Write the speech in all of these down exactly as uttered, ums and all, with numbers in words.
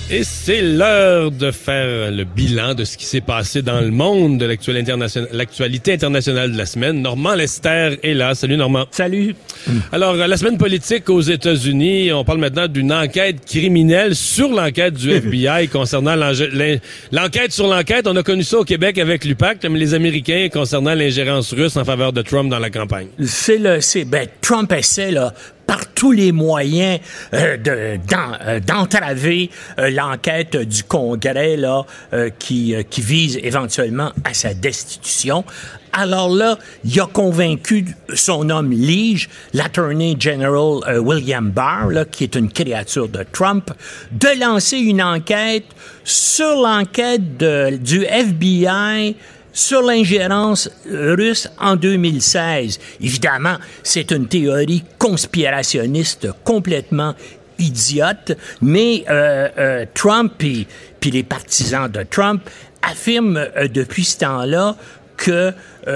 Et c'est l'heure de faire le bilan de ce qui s'est passé dans le monde de l'actualité internationale, l'actualité internationale de la semaine. Normand Lester est là. Salut Normand. Salut. Alors, la semaine politique aux États-Unis, on parle maintenant d'une enquête criminelle sur l'enquête du F B I concernant l'enquête sur l'enquête. On a connu ça au Québec avec l'U P A C, mais les Américains concernant l'ingérence russe en faveur de Trump dans la campagne. C'est le, c'est, ben, Trump essaie, là, par tous les moyens euh, de, d'en, euh, d'entraver euh, l'enquête du Congrès là, euh, qui, euh, qui vise éventuellement à sa destitution. Alors là, il a convaincu son homme Lige, l'Attorney General euh, William Barr, là, qui est une créature de Trump, de lancer une enquête sur l'enquête de, du F B I sur l'ingérence russe en deux mille seize. Évidemment, c'est une théorie conspirationniste complètement idiote, mais euh, euh, Trump et puis les partisans de Trump affirment euh, depuis ce temps-là que euh,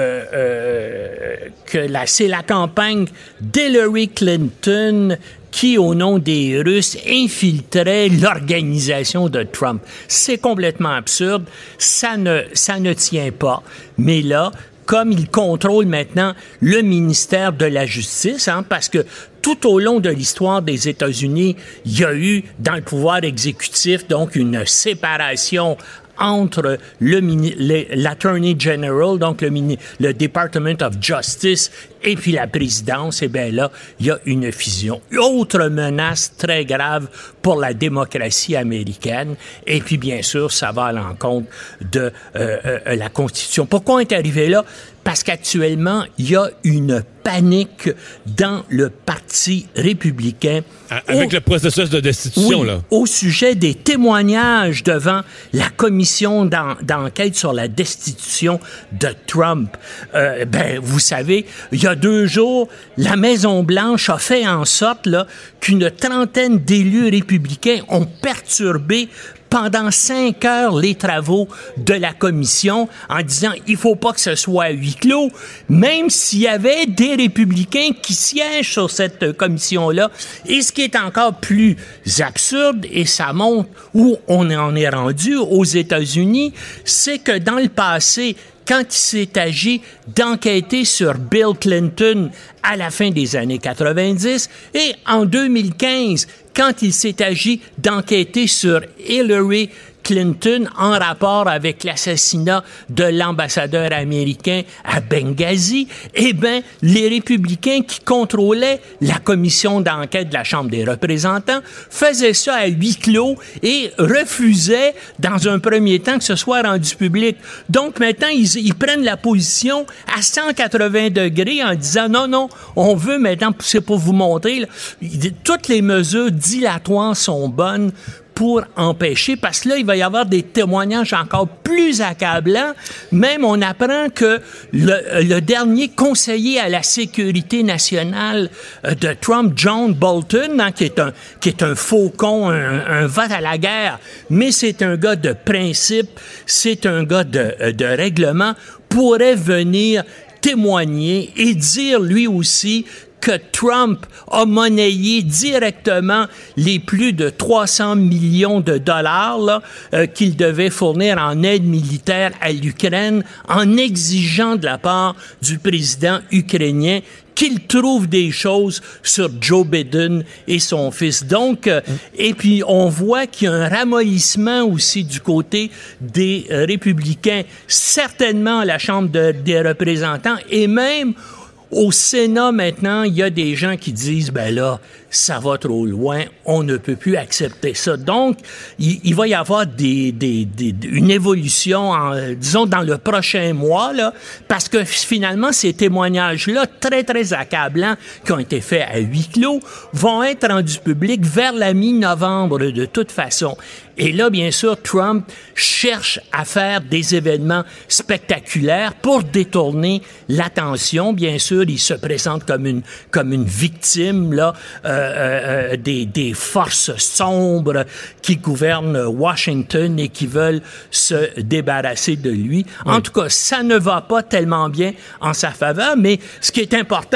euh, que la, c'est la campagne d'Hillary Clinton qui, au nom des Russes, infiltrait l'organisation de Trump. C'est complètement absurde. Ça ne, ça ne tient pas. Mais là, comme il contrôle maintenant le ministère de la Justice, hein, parce que tout au long de l'histoire des États-Unis, il y a eu, dans le pouvoir exécutif, donc une séparation entre le, le l'Attorney General, donc le, le Department of Justice, et puis la présidence. Et bien là, il y a une fusion. Autre menace très grave pour la démocratie américaine. Et puis, bien sûr, ça va à l'encontre de euh, euh, la Constitution. Pourquoi on est arrivé là? Parce qu'actuellement, il y a une panique dans le Parti républicain. Avec au, le processus de destitution, oui, là. Au sujet des témoignages devant la commission d'en, d'enquête sur la destitution de Trump. Euh, ben, vous savez, il y a deux jours, la Maison-Blanche a fait en sorte là, qu'une trentaine d'élus républicains ont perturbé pendant cinq heures les travaux de la commission en disant il faut pas que ce soit à huis clos, même s'il y avait des républicains qui siègent sur cette commission-là. Et ce qui est encore plus absurde, et ça montre où on en est rendu aux États-Unis, c'est que dans le passé, quand il s'est agi d'enquêter sur Bill Clinton à la fin des années quatre-vingt-dix et en deux mille quinze, quand il s'est agi d'enquêter sur Hillary Clinton en rapport avec l'assassinat de l'ambassadeur américain à Benghazi, eh bien, les républicains qui contrôlaient la commission d'enquête de la Chambre des représentants faisaient ça à huis clos et refusaient, dans un premier temps, que ce soit rendu public. Donc, maintenant, ils, ils prennent la position à cent quatre-vingts degrés en disant non, non, on veut maintenant, c'est pour vous montrer, là, toutes les mesures dilatoires sont bonnes pour empêcher, parce que là, il va y avoir des témoignages encore plus accablants. Même, on apprend que le, le dernier conseiller à la sécurité nationale de Trump, John Bolton, hein, qui est un, qui est un faucon, un, un vote à la guerre, mais c'est un gars de principe, c'est un gars de, de règlement, pourrait venir témoigner et dire lui aussi que Trump a monnayé directement les plus de trois cents millions de dollars là, euh, qu'il devait fournir en aide militaire à l'Ukraine en exigeant de la part du président ukrainien qu'il trouve des choses sur Joe Biden et son fils. Donc, euh, et puis on voit qu'il y a un ramollissement aussi du côté des euh, républicains, certainement à la Chambre de, des représentants et même au Sénat, maintenant, il y a des gens qui disent, ben là, ça va trop loin, on ne peut plus accepter ça. Donc, il, il va y avoir des, des, des, une évolution, en, disons, dans le prochain mois, là, parce que finalement, ces témoignages-là, très, très accablants, qui ont été faits à huis clos, vont être rendus publics vers la mi-novembre, de toute façon. Et là, bien sûr, Trump cherche à faire des événements spectaculaires pour détourner l'attention. Bien sûr, il se présente comme une comme une victime là euh, euh, des des forces sombres qui gouvernent Washington et qui veulent se débarrasser de lui. Oui. En tout cas, ça ne va pas tellement bien en sa faveur. Mais ce qui est important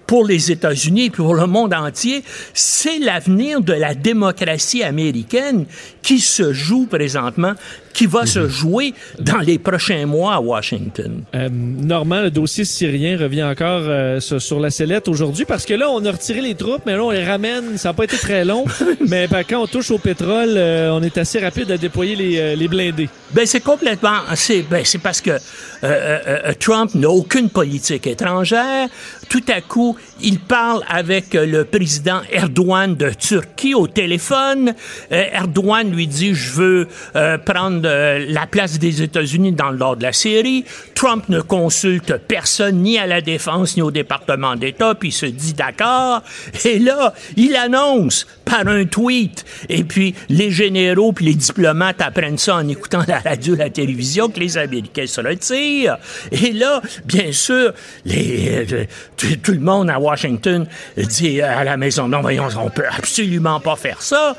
pour les États-Unis et pour le monde entier, c'est l'avenir de la démocratie américaine qui se joue présentement, qui va mm-hmm. se jouer dans les prochains mois à Washington. Euh, Normand, le dossier syrien revient encore euh, sur, sur la sellette aujourd'hui parce que là, on a retiré les troupes, mais là, on les ramène. Ça n'a pas été très long, mais ben, quand on touche au pétrole, euh, on est assez rapide à déployer les, euh, les blindés. Ben c'est complètement... C'est, ben, c'est parce que euh, euh, Trump n'a aucune politique étrangère. Tout à coup, il parle avec le président Erdogan de Turquie au téléphone. Euh, Erdogan lui dit « Je veux euh, prendre euh, la place des États-Unis dans le nord de la Syrie ». Trump ne consulte personne, ni à la Défense, ni au département d'État, puis il se dit « D'accord ». Et là, il annonce par un tweet, et puis les généraux puis les diplomates apprennent ça en écoutant la radio, la télévision, que les Américains se retirent. Et là, bien sûr, les, euh, tout, tout le monde à Washington dit à la maison, non, voyons, on peut absolument pas faire ça.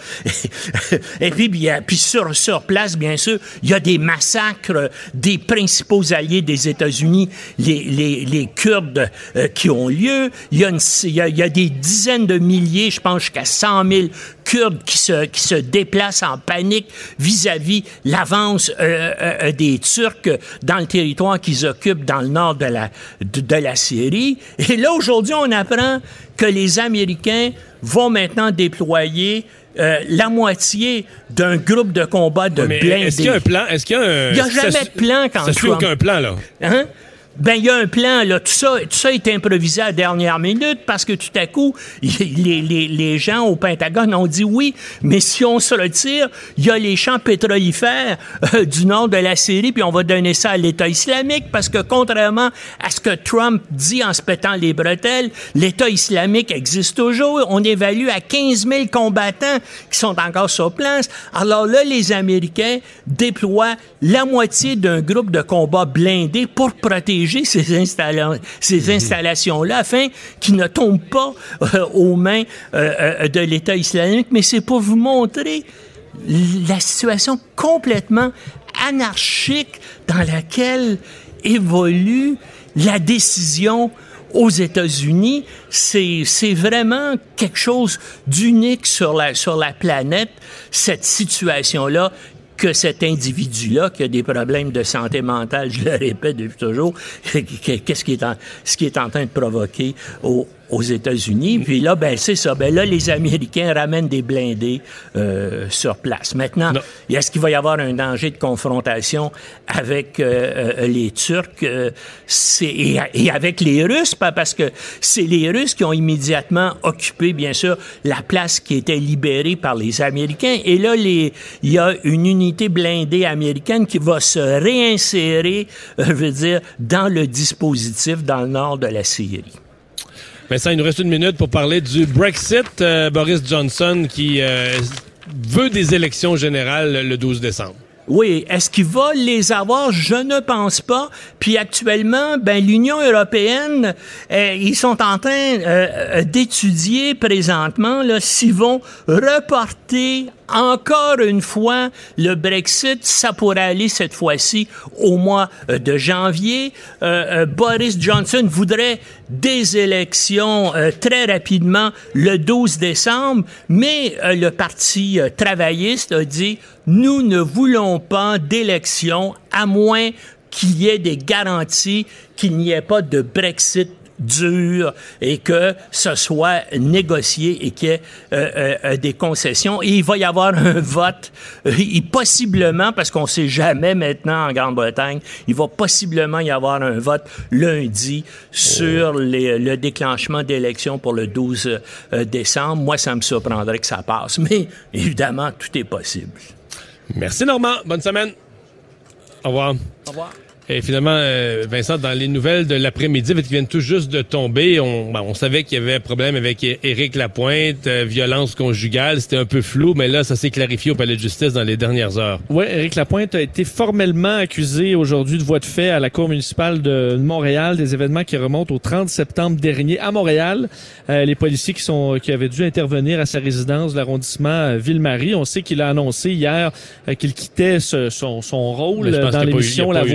Et, et puis, bien, puis sur, sur place, bien sûr, il y a des massacres des principaux alliés des États-Unis, les, les, les Kurdes euh, qui ont lieu. Il y a, une, il y a, il y a des dizaines de milliers, je pense jusqu'à cent mille Kurdes qui se, qui se déplacent en panique vis-à-vis l'avance euh, euh, des Turcs dans le territoire qu'ils occupent dans le nord de la, de, de la Syrie. Et là, aujourd'hui, on apprend que les Américains vont maintenant déployer euh, la moitié d'un groupe de combat de mais blindés. Est-ce qu'il y a un plan? Est-ce qu'il y a un... Il n'y a jamais ça, de plan quand ça suit Trump... aucun plan, là. Hein? Ben, il y a un plan, là. Tout ça, tout ça est improvisé à la dernière minute parce que tout à coup, les, les, les gens au Pentagone ont dit oui, mais si on se retire, il y a les champs pétrolifères euh, du nord de la Syrie, puis on va donner ça à l'État islamique parce que contrairement à ce que Trump dit en se pétant les bretelles, l'État islamique existe toujours. On évalue à quinze mille combattants qui sont encore sur place. Alors là, les Américains déploient la moitié d'un groupe de combat blindé pour protéger ces, installa- ces installations-là afin qu'ils ne tombent pas euh, aux mains euh, euh, de l'État islamique. Mais c'est pour vous montrer la situation complètement anarchique dans laquelle évolue la décision aux États-Unis. C'est, c'est vraiment quelque chose d'unique sur la, sur la planète, cette situation-là, que cet individu-là qui a des problèmes de santé mentale, je le répète depuis toujours, qu'est-ce qui est en, ce qui est en train de provoquer au, aux États-Unis. Puis là, ben c'est ça. Ben là, les Américains ramènent des blindés euh, sur place. Maintenant, non. Est-ce qu'il va y avoir un danger de confrontation avec euh, euh, les Turcs euh, c'est, et, et avec les Russes? Parce que c'est les Russes qui ont immédiatement occupé, bien sûr, la place qui était libérée par les Américains. Et là, les, il y a une unité blindée américaine qui va se réinsérer, euh, je veux dire, dans le dispositif dans le nord de la Syrie. Vincent, il nous reste une minute pour parler du Brexit. Euh, Boris Johnson qui euh, veut des élections générales le douze décembre. Oui, est-ce qu'il va les avoir? Je ne pense pas. Puis actuellement, ben l'Union européenne, euh, ils sont en train euh, d'étudier présentement là, s'ils vont reporter encore une fois le Brexit. Ça pourrait aller cette fois-ci au mois de janvier. Euh, euh, Boris Johnson voudrait des élections euh, très rapidement le douze décembre, mais euh, le Parti euh, travailliste a dit « Nous ne voulons pas d'élections à moins qu'il y ait des garanties qu'il n'y ait pas de Brexit dur et que ce soit négocié et qu'il y ait euh, euh, des concessions. Et il va y avoir un vote, euh, et possiblement, parce qu'on ne sait jamais maintenant en Grande-Bretagne, il va possiblement y avoir un vote lundi sur les, le déclenchement d'élections pour le douze décembre. Moi, ça me surprendrait que ça passe. Mais évidemment, tout est possible. Merci Normand. Bonne semaine. Au revoir. Au revoir. Et finalement, euh, Vincent, dans les nouvelles de l'après-midi qui viennent tout juste de tomber, on, ben, on savait qu'il y avait un problème avec Éric Lapointe, euh, violence conjugale, c'était un peu flou, mais là, ça s'est clarifié au palais de justice dans les dernières heures. Oui, Éric Lapointe a été formellement accusé aujourd'hui de voie de fait à la Cour municipale de Montréal, des événements qui remontent au trente septembre dernier à Montréal. Euh, les policiers qui sont qui avaient dû intervenir à sa résidence de l'arrondissement euh, Ville-Marie, on sait qu'il a annoncé hier euh, qu'il quittait ce, son, son rôle dans l'émission La Voix.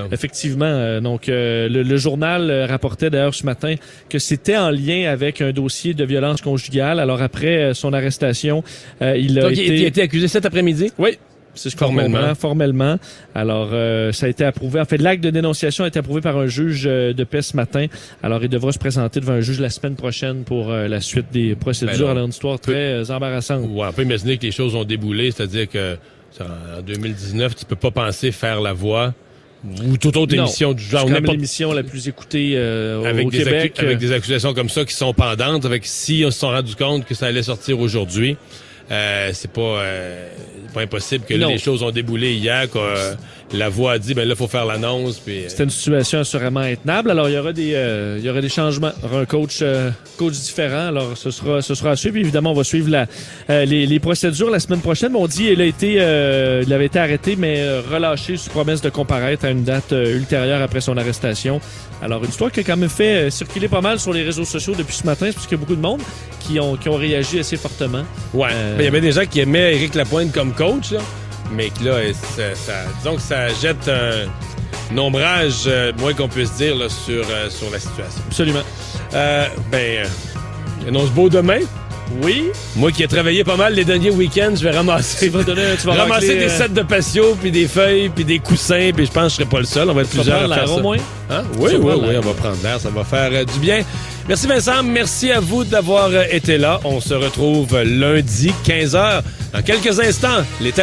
Effectivement. Euh, donc, euh, le, le journal euh, rapportait d'ailleurs ce matin que c'était en lien avec un dossier de violence conjugale. Alors, après euh, son arrestation, euh, il a donc, été... il a été accusé cet après-midi? Oui. C'est ce qu'on comprend formellement. Alors, euh, ça a été approuvé. En fait, l'acte de dénonciation a été approuvé par un juge de paix ce matin. Alors, il devra se présenter devant un juge la semaine prochaine pour euh, la suite des procédures. Alors, une histoire très euh, embarrassante. Ouais, on peut imaginer que les choses ont déboulé, c'est-à-dire que en deux mille dix-neuf, tu peux pas penser faire La Voix ou toute autre non, émission du genre. C'est quand même l'émission la plus écoutée euh, avec au des Québec. Avec des accusations comme ça qui sont pendantes. Avec si on se sont rendu compte que ça allait sortir aujourd'hui, euh, c'est pas, euh, pas impossible que là, les choses ont déboulé hier. Quoi, euh, La Voix a dit, ben là, faut faire l'annonce. Puis, euh... C'était une situation assurément intenable. Alors, il y aura des, euh, il y aura des changements. Il y aura un coach, euh, coach différent. Alors, ce sera, ce sera à suivre. Évidemment, on va suivre la, euh, les, les procédures la semaine prochaine. Mais on dit, il a été, euh, il avait été arrêté, mais euh, relâché sous promesse de comparaître à une date euh, ultérieure après son arrestation. Alors, une histoire qui a quand même fait euh, circuler pas mal sur les réseaux sociaux depuis ce matin, parce qu'il y a beaucoup de monde qui ont, qui ont réagi assez fortement. Ouais. Euh... Ben, il y avait des gens qui aimaient Éric Lapointe comme coach, là. Mais que là, ça, ça, disons que ça jette un ombrage, euh, moins qu'on puisse dire, là, sur, euh, sur la situation. Absolument. Euh, ben, euh, annonce beau demain. Oui. Moi qui ai travaillé pas mal les derniers week-ends, je vais ramasser, tu vas donner, tu vas ramasser racler, des euh... sets de patio, puis des feuilles, puis des coussins, puis je pense que je serai pas le seul. On va être tu plusieurs vas à faire ça. Au moins? Hein? Oui, oui, oui, on va prendre l'air, ça va faire euh, du bien. Merci Vincent, merci à vous d'avoir euh, été là. On se retrouve lundi, quinze heures. Dans quelques instants, les